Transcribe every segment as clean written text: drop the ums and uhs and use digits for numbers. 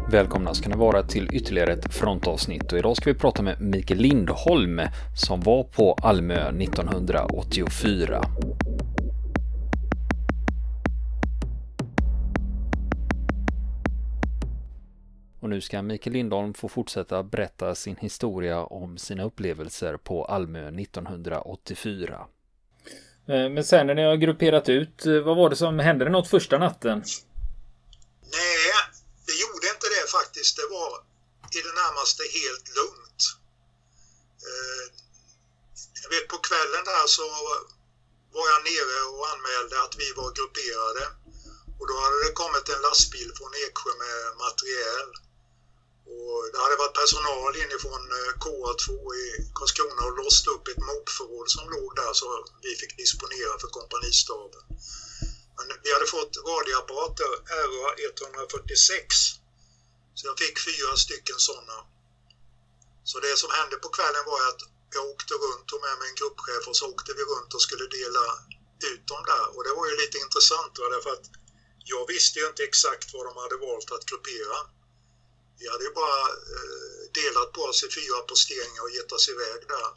Välkomna ska ni vara till ytterligare ett frontavsnitt och idag ska vi prata med Mikael Lindholm som var på Almö 1984. Och nu ska Mikael Lindholm få fortsätta berätta sin historia om sina upplevelser på Almö 1984. Men sen när ni har grupperat ut, vad var det som hände något första natten? Nej, det gjorde inte det faktiskt. Det var i det närmaste helt lugnt. Jag vet på kvällen där så var jag nere och anmälde att vi var grupperade. Och då hade det kommit en lastbil från Eksjö med materiel. Och det hade varit personal inifrån KA2 i Karlskrona och låst upp ett mopförråd som låg där så vi fick disponera för kompanistaben. Men vi hade fått radioapparater RA 146 så jag fick 4 stycken sådana. Så det som hände på kvällen var att jag åkte runt och med en gruppchef och så åkte vi runt och skulle dela ut dem där. Och det var ju lite intressant därför att jag visste ju inte exakt vad de hade valt att gruppera. Vi hade ju bara delat på oss i 4 posteringar och gett oss iväg där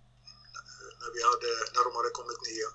när de hade kommit ner.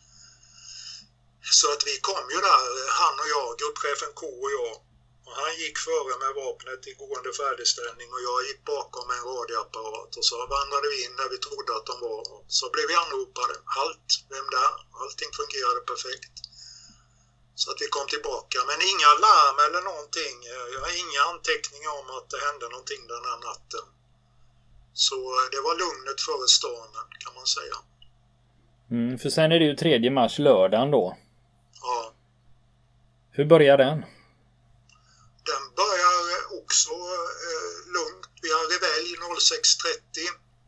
Så att vi kom ju där, han och jag, gruppchefen K och jag. Och han gick före med vapnet i gående färdigställning och jag gick bakom med en radioapparat. Och så vandrade vi in där vi trodde att de var. Så blev vi anropade. Halt, vem där? Allting fungerade perfekt. Så att vi kom tillbaka. Men inga larm eller någonting. Jag har inga anteckningar om att det hände någonting den här natten. Så det var lugnet före stormen kan man säga. För sen är det ju 3 mars lördagen då. Ja. Hur börjar den? Den börjar också lugnt. Vi har revelj 06.30.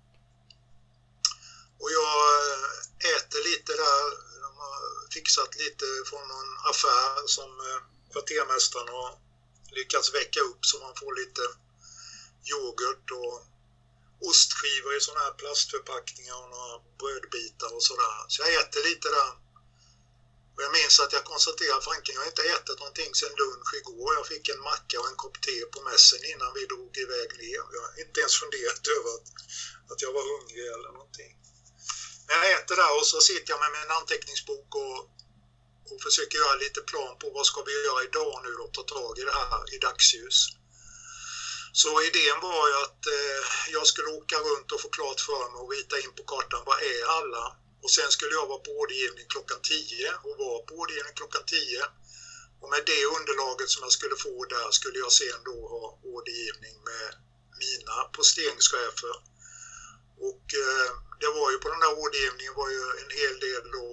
Och jag äter lite där. De har fixat lite från någon affär som kvartermästaren har lyckats väcka upp så man får lite yoghurt och ostskivor i sådana här plastförpackningar och några brödbitar och sådär. Så jag äter lite där. Och jag minns att jag konstaterade att Franken, jag har inte ätit någonting sedan lunch igår. Jag fick en macka och en kopp te på mässen innan vi drog iväg ner. Jag har inte ens funderat över att jag var hungrig eller någonting. Men jag äter där och så sitter jag med min anteckningsbok och försöker göra lite plan på vad ska vi göra idag nu då, ta tag i det här i dagsljus. Så idén var ju att jag skulle åka runt och få klart för mig och rita in på kartan vad är alla. Och sen skulle jag vara på ordergivning klockan 10 och vara på ordergivning klockan 10. Och med det underlaget som jag skulle få där skulle jag sen då ha ordergivning med mina posteringschefer. Och det var ju på den där ordergivningen var ju en hel del då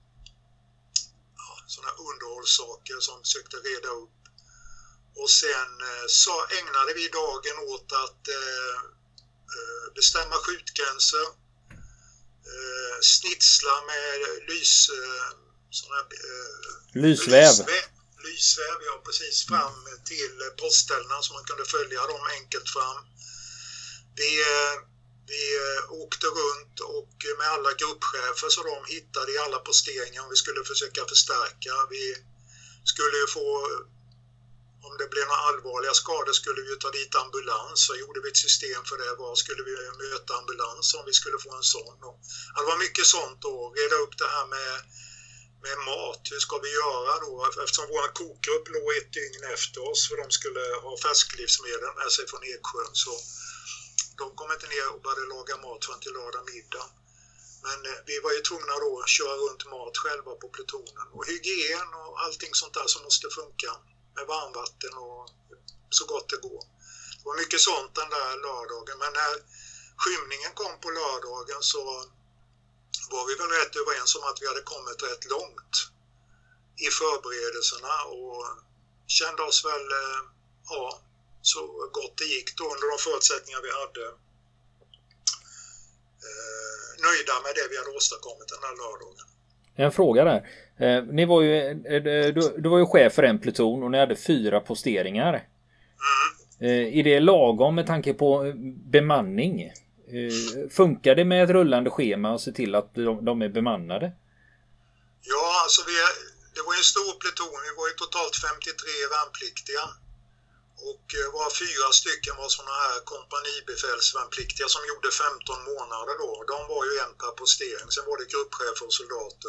sådana underhållssaker som försökte reda upp. Och sen så ägnade vi dagen åt att bestämma skjutgränser, snitsla med lysväv, ja precis, fram till postställena så man kunde följa dem enkelt fram. Vi åkte runt och med alla gruppchefer så de hittade i alla posteringar om vi skulle försöka förstärka. Vi skulle ju få, om det blev några allvarliga skador skulle vi ta dit ambulans. Så gjorde vi ett system för det. Var skulle vi möta ambulans om vi skulle få en sån? Det var mycket sånt då. Reda upp det här med mat. Hur ska vi göra då? Eftersom vår kokgrupp låg 1 dygn efter oss för de skulle ha färsklivsmedel med sig från Eksjö. Så de kom inte ner och började laga mat fram till lördag middag. Men vi var ju tvungna då att köra runt mat själva på plutonen. Och hygien och allting sånt där som måste funka. Med varmvatten och så gott det går. Det var mycket sånt den där lördagen. Men när skymningen kom på lördagen så var vi väl rätt överens om att vi hade kommit rätt långt i förberedelserna. Och kände oss väl, så gott det gick då under de förutsättningar vi hade. Nöjda med det vi hade åstadkommit den här lördagen. En fråga där. Du var ju chef för en pluton och ni hade 4 posteringar. Är det lagom med tanke på bemanning? Funkar det med ett rullande schema och se till att de är bemannade? Ja, alltså det var en stor pluton. Vi var ju totalt 53 värnpliktiga. Och var 4 stycken var sådana här kompanibefälsvärnpliktiga som gjorde 15 månader då. De var ju en per postering. Sen var det gruppchefer och soldater.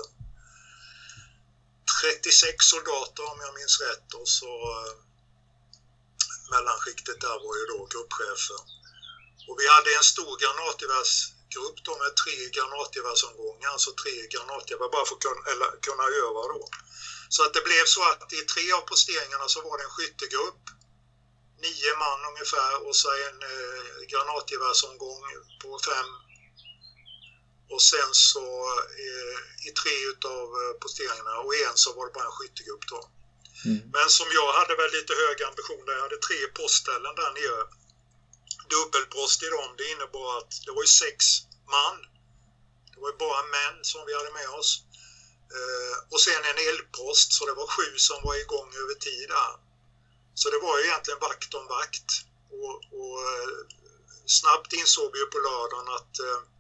36 soldater om jag minns rätt, och så mellanskiktet där var ju då gruppchefer. Och vi hade en stor granatgevärsgrupp då med 3 granatgevärsomgångar, alltså 3 granatgevär bara för att kunna öva då. Så att det blev så att i 3 av posteringarna så var det en skyttegrupp, 9 man ungefär, och så en granatgevärsomgång på 5. Och sen så i 3 utav posteringarna och en så var det bara en skyttegrupp då. Men som jag hade väl lite höga ambitioner, jag hade 3 postställen där nere. Dubbelpost i dem, det innebar att det var ju 6 man. Det var ju bara män som vi hade med oss. Och sen en eldpost, så det var 7 som var igång över tid där. Så det var ju egentligen vakt om vakt. Och snabbt insåg vi på lördagen att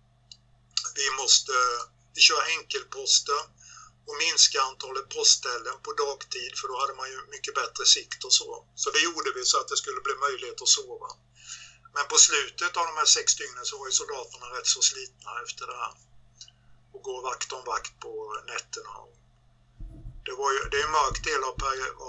vi kör enkelposter och minska antalet postställen på dagtid, för då hade man ju mycket bättre sikt och så. Så det gjorde vi så att det skulle bli möjlighet att sova. Men på slutet av de här 6 dygnen så var ju soldaterna rätt så slitna efter det här. Och gå vakt om vakt på nätterna. Det är en mörk del av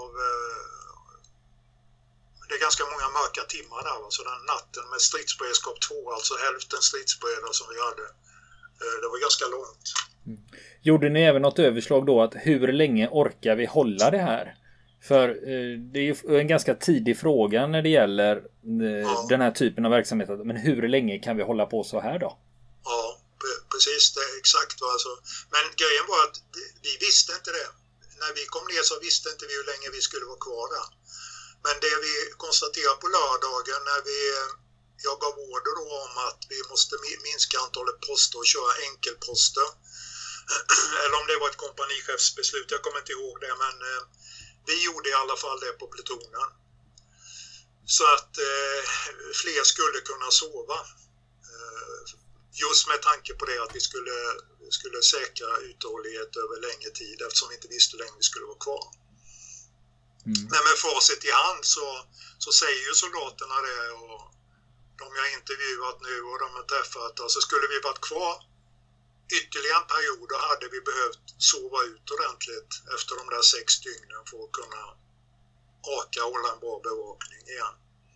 det är ganska många mörka timmar där. Så den natten med stridsberedskap 2, alltså hälften stridsberedare som vi hade. Det var ganska långt. Gjorde ni även något överslag då att hur länge orkar vi hålla det här? För det är ju en ganska tidig fråga när det gäller den här typen av verksamhet. Men hur länge kan vi hålla på så här då? Ja, precis. Det är exakt. Alltså. Men grejen var att vi visste inte det. När vi kom ner så visste inte vi hur länge vi skulle vara kvar där. Men det vi konstaterade på lördagen när jag gav order då om att vi måste minska antalet poster och köra enkelposter. Eller om det var ett kompanichefsbeslut, jag kommer inte ihåg det, men vi gjorde i alla fall det på plutonen. Så att fler skulle kunna sova. Just med tanke på det att vi skulle säkra uthållighet över längre tid, eftersom vi inte visste hur länge vi skulle vara kvar. Men med facit i hand så säger ju soldaterna det, och de jag har intervjuat nu och de har träffat, alltså skulle vi varit kvar ytterligare en period, då hade vi behövt sova ut ordentligt efter de där 6 dygnen för att kunna orka hålla en bra bevakning igen.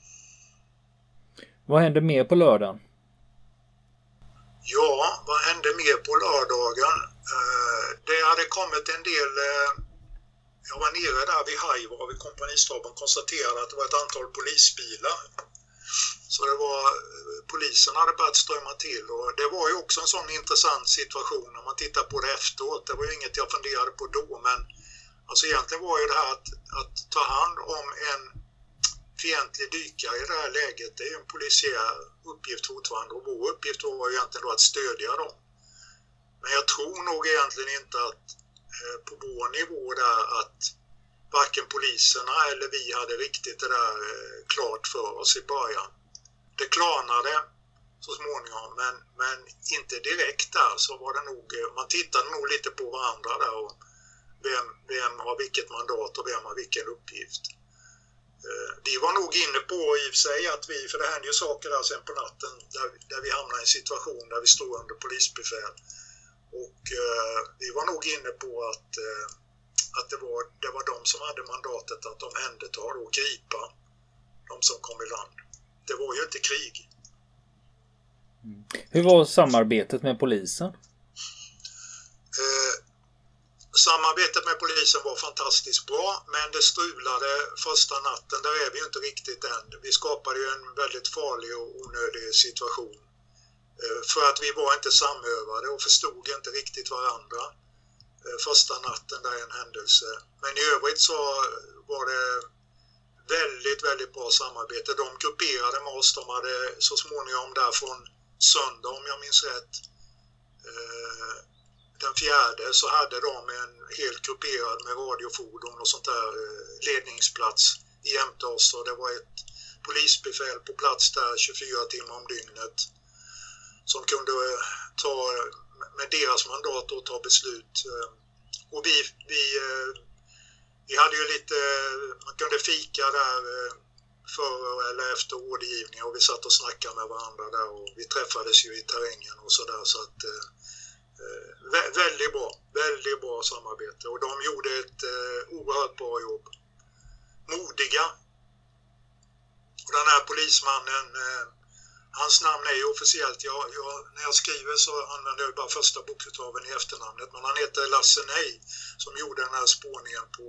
Vad hände mer på lördagen? Ja, vad hände mer på lördagen? Det hade kommit en del. Jag var nere där vid Hajvar vid kompanistaben, konstaterade att det var ett antal polisbilar. Så det var, polisen hade börjat strömma till, och det var ju också en sån intressant situation när man tittar på det efteråt. Det var ju inget jag funderade på då, men alltså egentligen var ju det här att ta hand om en fientlig dykare i det här läget, det är ju en polisiär uppgift fortfarande, och vår uppgift var ju egentligen då att stödja dem. Men jag tror nog egentligen inte att på vår nivå där att varken poliserna eller vi hade riktigt det där klart för oss i början. Det klarnade så småningom, men inte direkt där, så var det nog, man tittade nog lite på varandra där, och vem har vilket mandat och vem har vilken uppgift. Vi var nog inne på i och för sig att för det hände ju saker där sen på natten där vi hamnade i en situation där vi stod under polisbefäl, och vi var nog inne på att det var de som hade mandatet att omhänderta och gripa de som kom i land. Det var ju inte krig. Hur var samarbetet med polisen? Samarbetet med polisen var fantastiskt bra, men det strulade första natten. Där är vi ju inte riktigt än. Vi skapade ju en väldigt farlig och onödig situation. För att vi var inte samövade och förstod inte riktigt varandra. Första natten där är en händelse. Men i övrigt så var det väldigt, väldigt bra samarbete. De grupperade med oss. De hade så småningom där från söndag, om jag minns rätt, den 4 så hade de en helt grupperad med radiofordon och sånt där ledningsplats jämte oss, och det var ett polisbefäl på plats där 24 timmar om dygnet som kunde ta med deras mandat och ta beslut. Och vi hade ju lite, man kunde fika där före eller efter ordergivning och vi satt och snackade med varandra där och vi träffades ju i terrängen och sådär så att väldigt bra samarbete och de gjorde ett oerhört bra jobb. Modiga. Och den här polismannen, hans namn är ju officiellt, när jag skriver så använder jag bara första bokstaven i efternamnet, men han heter Lasse Nej som gjorde den här spårningen på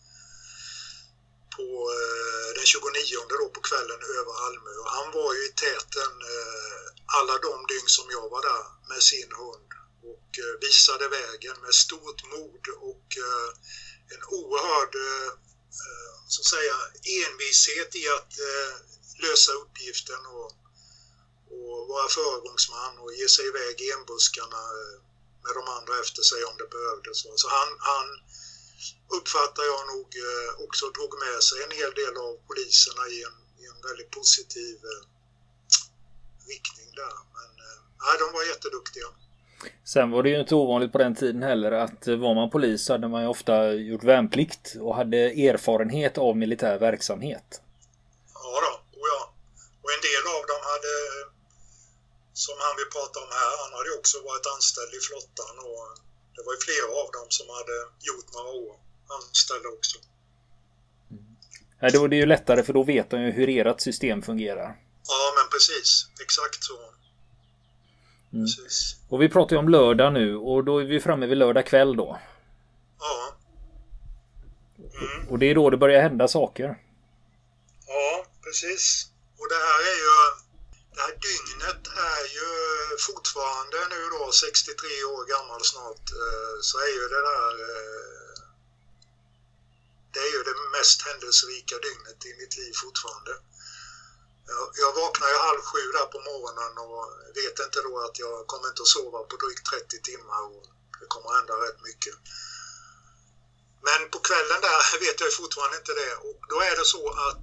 den 29 då på kvällen över Almö och han var ju i täten alla de dygn som jag var där med sin hund och visade vägen med stort mod och en oerhörd så att säga envishet i att lösa uppgiften och vara föregångsman och ge sig iväg i enbuskarna med de andra efter sig om det behövdes. Så han uppfattar jag nog också drog med sig en hel del av poliserna i en väldigt positiv riktning där. Men de var jätteduktiga. Sen var det ju inte ovanligt på den tiden heller att var man polis så hade man ju ofta gjort värnplikt och hade erfarenhet av militär verksamhet. Ja. Och en del av dem hade, som han vill prata om här, han hade också varit anställd i flottan och det var ju flera av dem som hade gjort några år anställda också. Ja, då är det ju lättare för då vet de ju hur ert system fungerar. Ja, men precis. Exakt så. Precis. Och vi pratar ju om lördag nu och då är vi framme vid lördag kväll då. Ja. Och det är då det börjar hända saker. Ja, precis. Och det här dygnet är ju fortfarande nu då 63 år gammal snart så är ju det där det är ju det mest händelserika dygnet i mitt liv fortfarande. Jag vaknar ju 6:30 där på morgonen och vet inte då att jag kommer inte att sova på drygt 30 timmar och det kommer hända rätt mycket. Men på kvällen där vet jag fortfarande inte det och då är det så att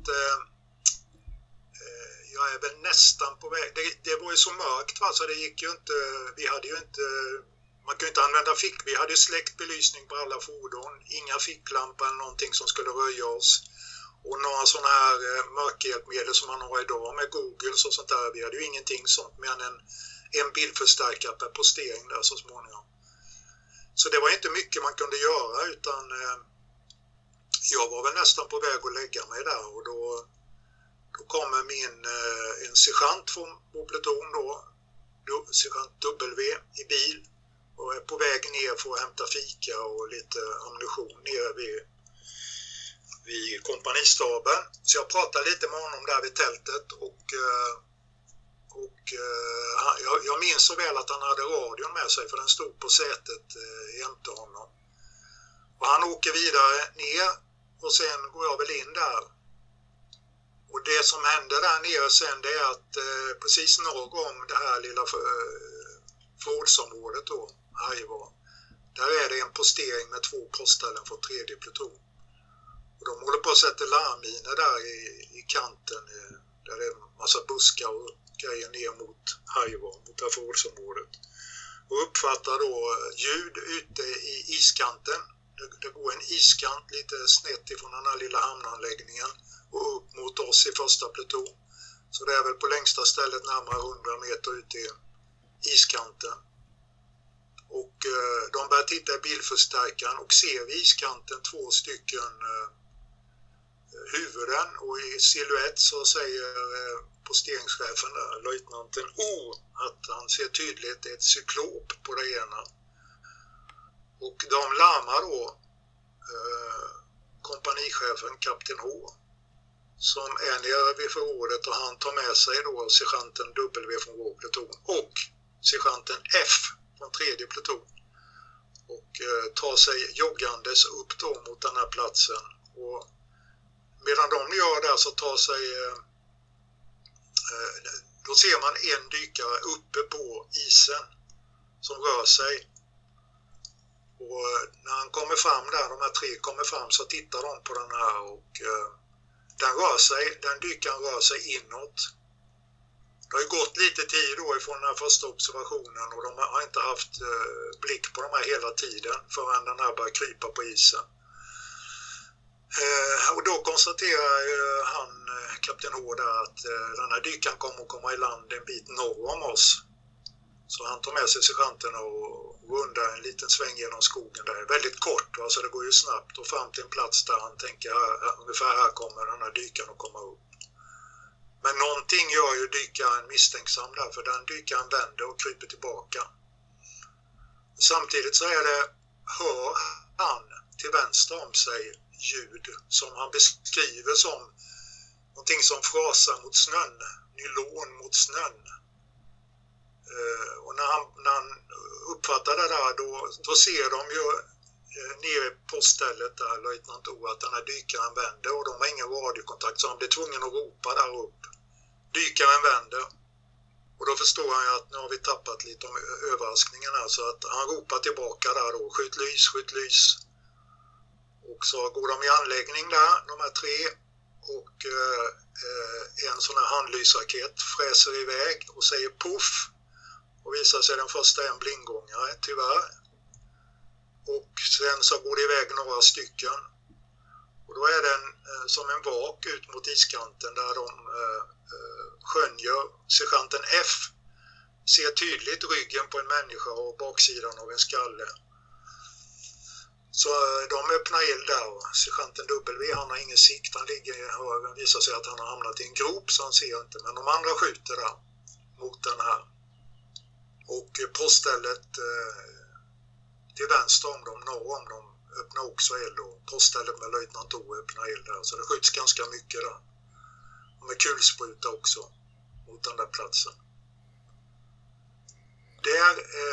jag är väl nästan på väg. Det var ju så mörkt va? Så det gick ju inte, vi hade ju inte, man kunde inte använda vi hade ju släckt belysning på alla fordon, inga ficklampor eller någonting som skulle röja oss. Och några sådana här mörkerhjälpmedel som man har idag med Google och sånt där. Vi hade ju ingenting sånt mer än en bildförstärkare per postering där så småningom. Så det var inte mycket man kunde göra utan jag var väl nästan på väg att lägga mig där och då kommer en sergeant från vår pluton då, sergeant W i bil och är på väg ner för att hämta fika och lite ammunition ner vid kompanistaben. Så jag pratade lite med honom där vid tältet och jag minns så väl att han hade radion med sig för den stod på sätet jämte honom. Och han åker vidare ner och sen går jag väl in där. Och det som händer där nere sen det är att precis norr om det här lilla förrådsområdet då, Arjevar, där är det en postering med 2 postställen från 3:e pluton. Och de håller på att sätta larmminer där i kanten där det är en massa buskar och grejer ner mot Arjevar, mot det här förrådsområdet. Och uppfattar då ljud ute i iskanten. Det går en iskant lite snett ifrån den här lilla hamnanläggningen och upp mot oss i första pluton. Så det är väl på längsta stället närmare 100 meter ut i iskanten. Och de börjar titta i bildförstärkaren och ser vid iskanten 2 stycken huvuden och i silhuett så säger posteringschefen där, löjtnanten att han ser tydligt ett cyklop på det ena. Och de larmar då kompanichefen kapten H som är nere vid förrådet och han tar med sig då sergeanten W från vår pluton och sergeanten F från 3:e pluton och tar sig joggandes upp då mot den här platsen och medan de gör det så tar sig då ser man en dykare uppe på isen som rör sig och när han kommer fram där, de här 3 kommer fram så tittar de på den här och den dykaren rör sig inåt. Det har ju gått lite tid då ifrån den här första observationen och de har inte haft blick på de här hela tiden förrän den här börjar krypa på isen. Och då konstaterar han, kapten H, där, att den här dykaren kommer att komma i land en bit norr om oss. Så han tar med sig sergeanten och rundar en liten sväng genom skogen där. Väldigt kort, alltså det går ju snabbt och fram till en plats där han tänker ungefär här kommer den här dykaren att komma upp. Men någonting gör ju dykaren misstänksam där, för den dykaren vänder och kryper tillbaka. Samtidigt så hör han till vänster om sig ljud som han beskriver som någonting som frasar mot snön, nylon mot snön. Och när han uppfattar det där, då ser de ju nere på stället där, löjtnant O, att den här dykaren vänder och de har ingen radiokontakt, så han blir tvungen att ropa där upp. Dykaren vänder. Och då förstår han ju att nu har vi tappat lite om överraskningen här, så att han ropar tillbaka där då, skjut lys. Och så går de i anläggning där, de här tre, och en sån här handlysraket fräser iväg och säger puff. Och visar sig den första en blindgångare, tyvärr. Och sen så går det iväg några stycken. Och då är den som en vak ut mot iskanten där de skönjer sergeanten F. Ser tydligt ryggen på en människa och baksidan av en skalle. Så de öppnar eld där och sergeanten W, han har ingen sikt. Han visar sig att han har hamnat i en grop så han ser inte. Men de andra skjuter där mot den här. Och poststället till vänster om dem, norr om dem, öppnar också eld. Och poststället med löjtnant O öppnar eld där. Så det skjuts ganska mycket där. Och med kulspruta också mot den där platsen. Där,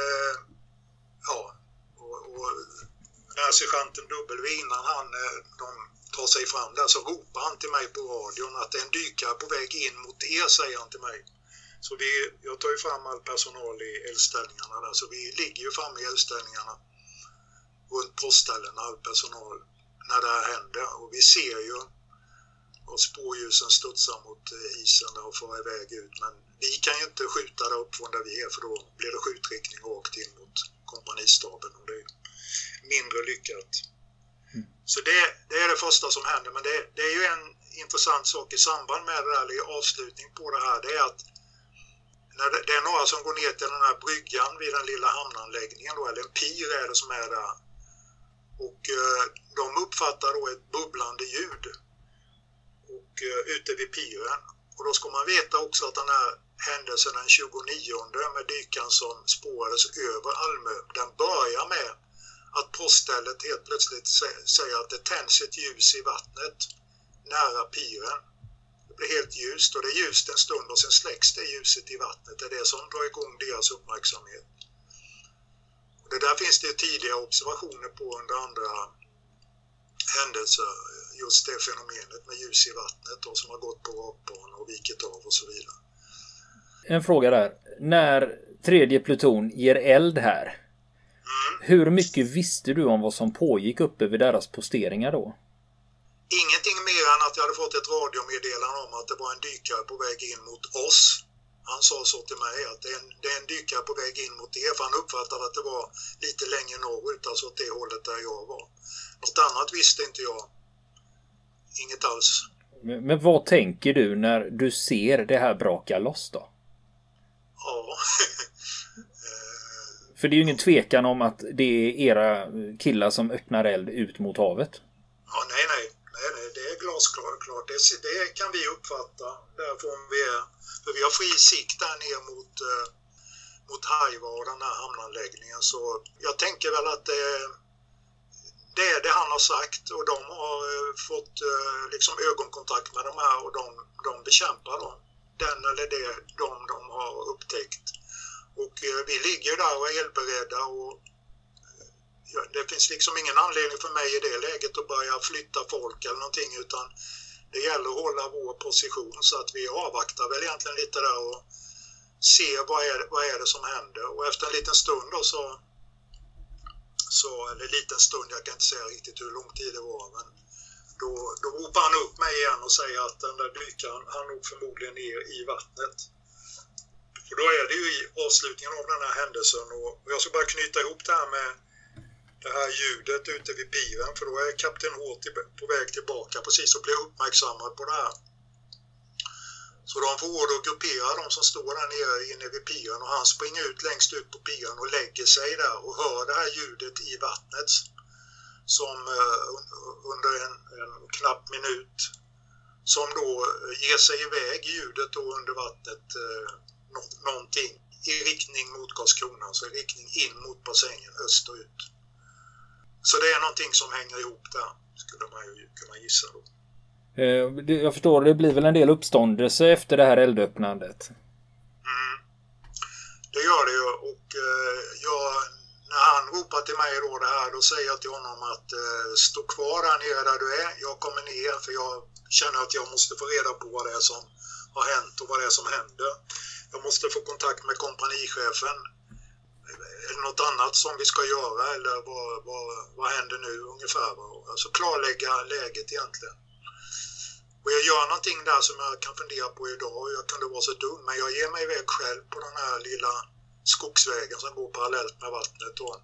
och när sergeanten W, innan de tar sig fram där, så ropar han till mig på radion att det är en dykare på väg in mot er, säger han till mig. Så jag tar ju fram all personal i eldställningarna där, så vi ligger ju framme i eldställningarna runt postställen, all personal, när det här händer. Och vi ser ju att spårljusen studsar mot isen där och får iväg ut. Men vi kan ju inte skjuta där upp från där vi är, för då blir det skjutriktning rakt in mot kompanistaben och det är mindre lyckat. Så det är det första som händer. Men det är ju en intressant sak i samband med det här, eller avslutning på det här, det är att det är några som går ner till den här bryggan vid den lilla hamnanläggningen då, eller en pir är det som är där. Och de uppfattar då ett bubblande ljud och ute vid piren. Och då ska man veta också att den här händelsen den 29 med dykan som spårades över Almö, den börjar med att poststället helt plötsligt säger att det tänds ett ljus i vattnet nära piren. Det blir helt ljust och det är ljust en stund och sen släcks det ljuset i vattnet. Det är det som drar igång deras uppmärksamhet. Och det där finns det tidiga observationer på under andra händelser, just det fenomenet med ljus i vattnet och som har gått på rakbanan och vikit av och så vidare. En fråga där. När tredje pluton ger eld här, hur mycket visste du om vad som pågick uppe vid deras posteringar då? Ingenting mer än att jag hade fått ett radiomeddelande om att det var en dykare på väg in mot oss. Han sa så till mig att det är en dykare på väg in mot er, för han uppfattade att det var lite längre norrut, alltså åt det hållet där jag var. Något annat visste inte jag. Inget alls. Men vad tänker du när du ser det här braka loss då? Ja. För det är ju ingen tvekan om att det är era killar som öppnar eld ut mot havet. Ja, nej, det är glasklart. Det kan vi uppfatta därifrån vi är. För vi har fri sikt där ner mot Haiva och den här hamnanläggningen. Så jag tänker väl att det är det han har sagt och de har fått liksom ögonkontakt med de här och de bekämpar dem. Den eller det de har upptäckt. Och vi ligger där och är eldberedda och det finns liksom ingen anledning för mig i det läget att börja flytta folk eller någonting, utan det gäller att hålla vår position så att vi avvaktar väl egentligen lite där och ser vad är det som händer. Och efter en liten stund då eller liten stund, jag kan inte säga riktigt hur lång tid det var, men då ropar han upp mig igen och säger att den där dykaren, han nog förmodligen ner i vattnet. För då är det ju i avslutningen av den här händelsen och jag ska bara knyta ihop det här med det här ljudet ute vid piren, för då är kapten H på väg tillbaka precis och blir uppmärksammad på det här. Så de får order att gruppera de som står där nere inne vid piren, och han springer ut längst ut på piren och lägger sig där och hör det här ljudet i vattnet som under en knapp minut som då ger sig iväg ljudet då under vattnet någonting i riktning mot Karlskrona, så i riktning in mot bassängen österut. Så det är någonting som hänger ihop där, skulle man ju kunna gissa då. Jag förstår, det blir väl en del uppståndelse efter det här eldöppnandet? Det gör det ju, och när han ropar till mig då säger jag till honom att stå kvar där nere där du är, jag kommer ner för jag känner att jag måste få reda på vad det är som har hänt och vad det är som händer. Jag måste få kontakt med kompanichefen. Är det något annat som vi ska göra eller vad händer nu ungefär? Alltså klarlägga läget egentligen. Och jag gör någonting där som jag kan fundera på idag, och jag kunde vara så dum, men jag ger mig iväg själv på den här lilla skogsvägen som går parallellt med vattnet och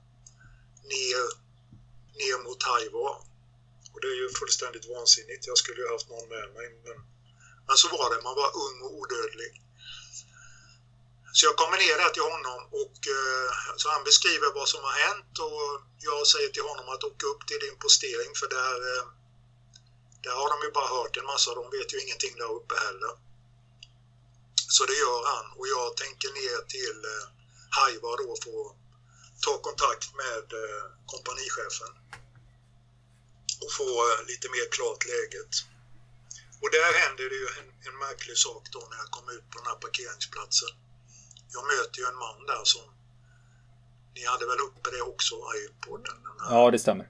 ner mot Haivar. Och det är ju fullständigt vansinnigt. Jag skulle ju haft någon med mig, men så var det, man var ung och odödlig. Så jag kommer ner där till honom och så han beskriver vad som har hänt, och jag säger till honom att åka upp till din postering, för där har de ju bara hört en massa, de vet ju ingenting där uppe heller. Så det gör han, och jag tänker ner till Haivar då för att ta kontakt med kompanichefen och få lite mer klart läget. Och där händer det ju en märklig sak då när jag kommer ut på den här parkeringsplatsen. Jag möter ju en man där som, ni hade väl uppe det också i podden? Ja, det stämmer.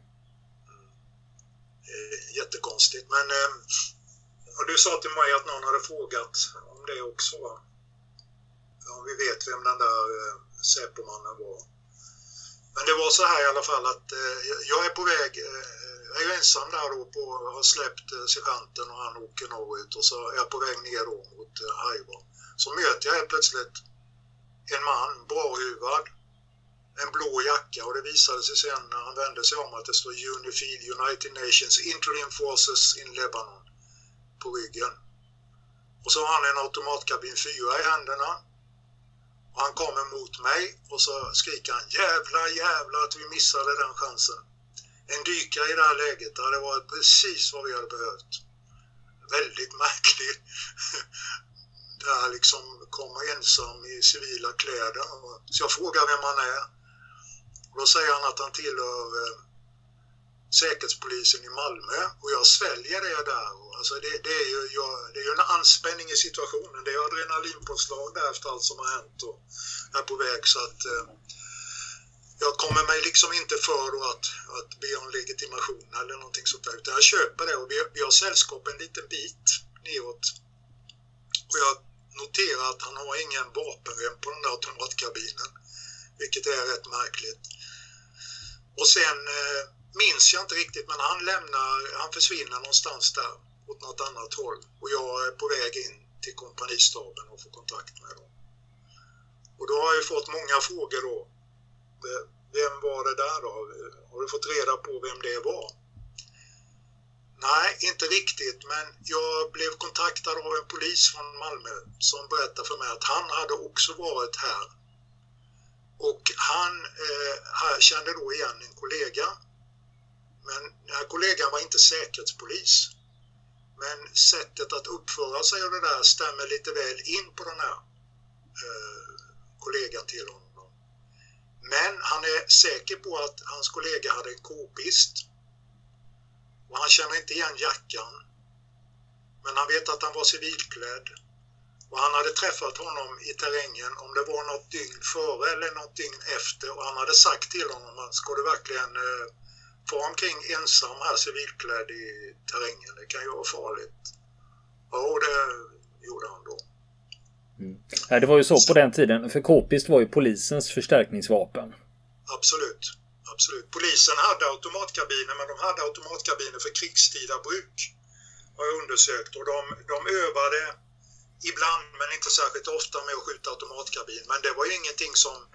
Jättekonstigt, men och du sa till mig att någon hade frågat om det också, va? Om vi vet vem den där Säpomannen var. Men det var så här i alla fall att jag är på väg, jag är ju ensam där då har släppt sergeanten och han åker norrut, och så är jag på väg ner då mot Haivar. Så möter jag helt plötsligt en man, brahuvad, en blå jacka, och det visade sig sen när han vände sig om att det står UNIFIL, United Nations Interim Forces in Lebanon på ryggen. Och så har han en automatkabin 4 i händerna. Och han kommer mot mig och så skriker han jävlar att vi missade den chansen. En dykare i det här läget, det hade varit precis vad vi hade behövt. Väldigt märkligt. Där liksom kommer ensam i civila kläder. Så jag frågar vem han är. Och då säger han att han tillhör säkerhetspolisen i Malmö, och jag sväljer det där. Alltså det är ju en anspänning i situationen. Det är adrenalinpåslag där efter allt som har hänt och är på väg, så att jag kommer mig liksom inte för då att be om legitimation eller någonting sånt där, utan jag köper det, och vi har sällskap en liten bit neråt. Och jag noterar att han har ingen vapenrem på den där automatkabinen, vilket är rätt märkligt. Och sen minns jag inte riktigt, men han försvinner någonstans där åt något annat håll, och jag är på väg in till kompanistaben och får kontakt med dem. Och då har jag fått många frågor då. Vem var det där då? Har du fått reda på vem det var? Nej, inte riktigt, men jag blev kontaktad av en polis från Malmö som berättade för mig att han hade också varit här. Och han kände då igen en kollega. Men den här kollegan var inte säkerhetspolis. Men sättet att uppföra sig och det där stämmer lite väl in på den här kollegan till honom. Men han är säker på att hans kollega hade en k-pist. Och han känner inte igen jackan. Men han vet att han var civilklädd. Och han hade träffat honom i terrängen om det var något dygn före eller något dygn efter. Och han hade sagt till honom att ska du verkligen få omkring ensam här civilklädd i terrängen? Det kan ju vara farligt. Ja, det gjorde han då. Ja, det var ju så på den tiden, för k-pist var ju polisens förstärkningsvapen. Absolut. Polisen hade automatkabiner, men de hade automatkabiner för krigstida bruk. Har jag undersökt, och de övade ibland, men inte särskilt ofta, med att skjuta automatkabin. Men det var ju ingenting som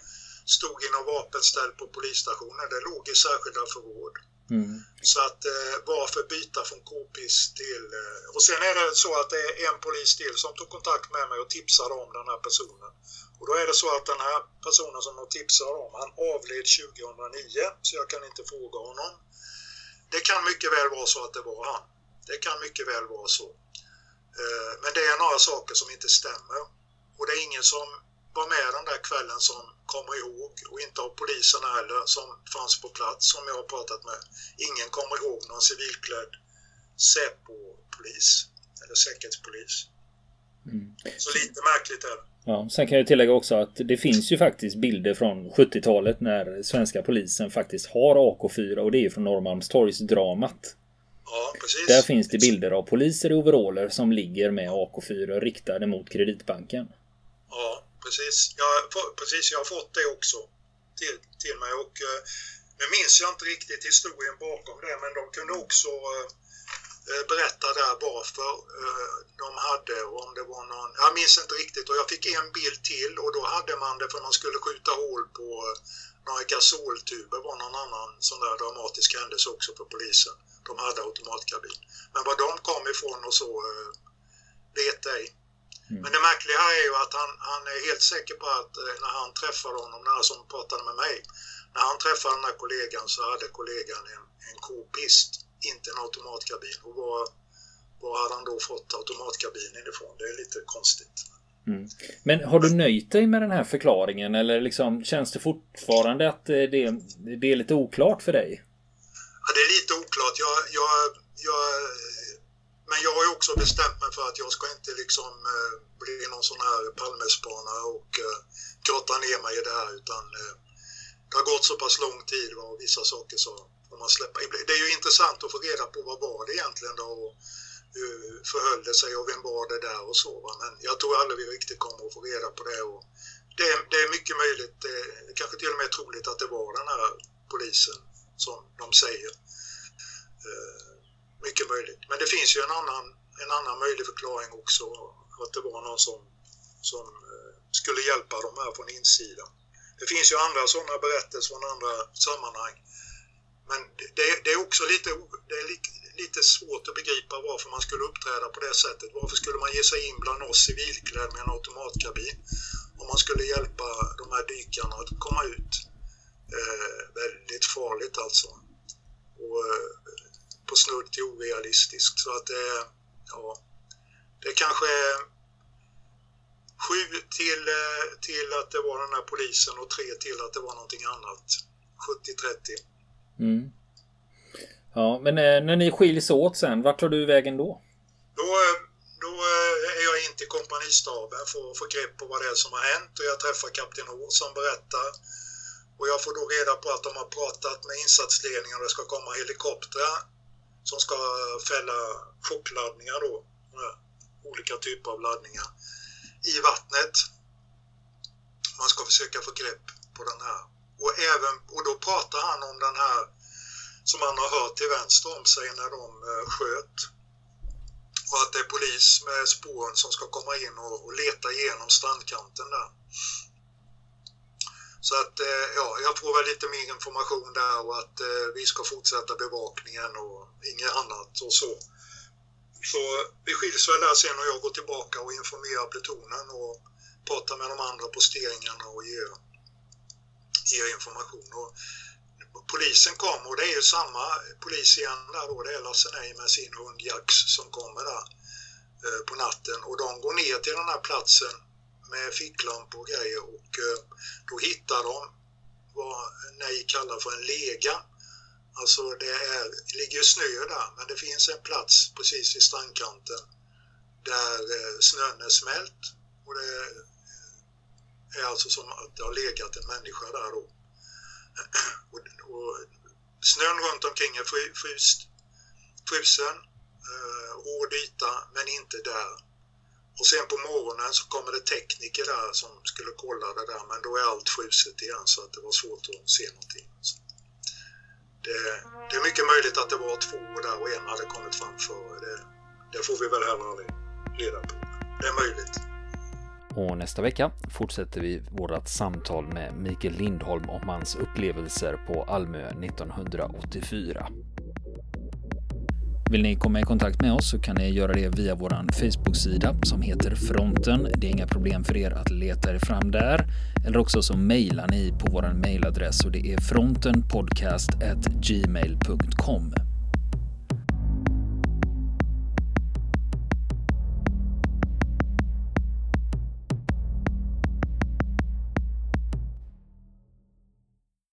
stod i någon vapenställ på polisstationen. Det låg i särskilda förråd. Så att varför byta från k-pist till... Och sen är det så att det är en polis till som tog kontakt med mig och tipsade om den här personen. Och då är det så att den här personen som de tipsar om, han avled 2009, så jag kan inte fråga honom. Det kan mycket väl vara så att det var han. Det kan mycket väl vara så. Men det är några saker som inte stämmer. Och det är ingen som var med den där kvällen som kommer ihåg, och inte av polisen heller som fanns på plats som jag har pratat med. Ingen kommer ihåg någon civilklädd Säpo-polis eller säkerhetspolis. Så lite märkligt är det. Ja, sen kan jag tillägga också att det finns ju faktiskt bilder från 70-talet när svenska polisen faktiskt har AK4, och det är ju från Norrmalmstorgsdramat. Ja, precis. Där finns det bilder av poliser i overaller som ligger med AK4 riktade mot Kreditbanken. Ja, precis. Jag har fått det också till mig, och nu minns jag inte riktigt historien bakom det, men de kunde också berätta där varför de hade, och om det var någon, jag minns inte riktigt, och jag fick en bild till, och då hade man det för man skulle skjuta hål på några gasoltuber, var någon annan sån där dramatisk händelse också för polisen. De hade automatkabin. Men var de kom ifrån och så vet ej. Men det märkliga här är ju att han är helt säker på att när han träffar honom, när han som pratade med mig, när han träffade den här kollegan så hade kollegan en k-pist, inte en automatkabin. Och var hade han då fått automatkabinen ifrån? Det är lite konstigt. Men har du nöjt dig med den här förklaringen, eller liksom, känns det fortfarande att det är lite oklart för dig? Ja, det är lite oklart. Men jag har ju också bestämt mig för att jag ska inte liksom bli någon sån här palmespanare och grotta ner mig i det här, utan det har gått så pass lång tid och vissa saker så får man släppa. Det är ju intressant att få reda på vad var det egentligen då, och hur förhöll det sig och vem var det där och så. Men jag tror aldrig vi riktigt kommer att få reda på det, och det är mycket möjligt, kanske till och med troligt att det var den här polisen som de säger. Mycket möjligt. Men det finns ju en annan möjlig förklaring också, att det var någon som skulle hjälpa dem här från insidan. Det finns ju andra sådana berättelser från andra sammanhang. Men det är också lite svårt att begripa varför man skulle uppträda på det sättet. Varför skulle man ge sig in bland oss civilklädd med en automatkabin om man skulle hjälpa de här dykarna att komma ut? Väldigt farligt alltså. Och på snudd till orealistiskt. Så att det kanske är 7 till att det var den här polisen och 3 till att det var någonting annat. 70-30. Ja, men när ni skiljs åt sen, vart tar du vägen då? Då är jag in till kompanistaben för att få grepp på vad det är som har hänt, och jag träffar kapten H som berättar. Och jag får då reda på att de har pratat med insatsledningen och det ska komma helikoptrar som ska fälla chockladdningar då, olika typer av laddningar i vattnet. Man ska försöka få grepp på den här. Och då pratar han om den här som man har hört till vänster om sig när de sköt. Och att det är polis med spåren som ska komma in och leta igenom strandkanten där. Så att jag får väl lite mer information där, och att vi ska fortsätta bevakningen och inget annat och så. Så vi skiljs väl där sen och jag går tillbaka och informerar plutonen och pratar med de andra posteringarna och ger information. Och polisen kommer, och det är ju samma polis igen där då, det är Lasse Nej med sin hund Jax som kommer där på natten, och de går ner till den här platsen med ficklampor och grejer, och då hittar de vad Nej kallar för en lega. Alltså det ligger ju snö där, men det finns en plats precis vid strandkanten där snön är smält, och det är alltså som att det har legat en människa där då. Och snön runt omkring är frusen, hård yta, men inte där. Och sen på morgonen så kommer det tekniker där som skulle kolla det där, men då är allt fruset igen så att det var svårt att se någonting. Så det är mycket möjligt att det var 2 där och en hade kommit fram för det får vi väl heller aldrig reda på. Det är möjligt. Och nästa vecka fortsätter vi vårt samtal med Mikael Lindholm om hans upplevelser på Almö 1984. Vill ni komma i kontakt med oss så kan ni göra det via vår Facebook-sida som heter Fronten. Det är inga problem för er att leta er fram där. Eller också så mejlar ni på vår mejladress och det är frontenpodcast@gmail.com.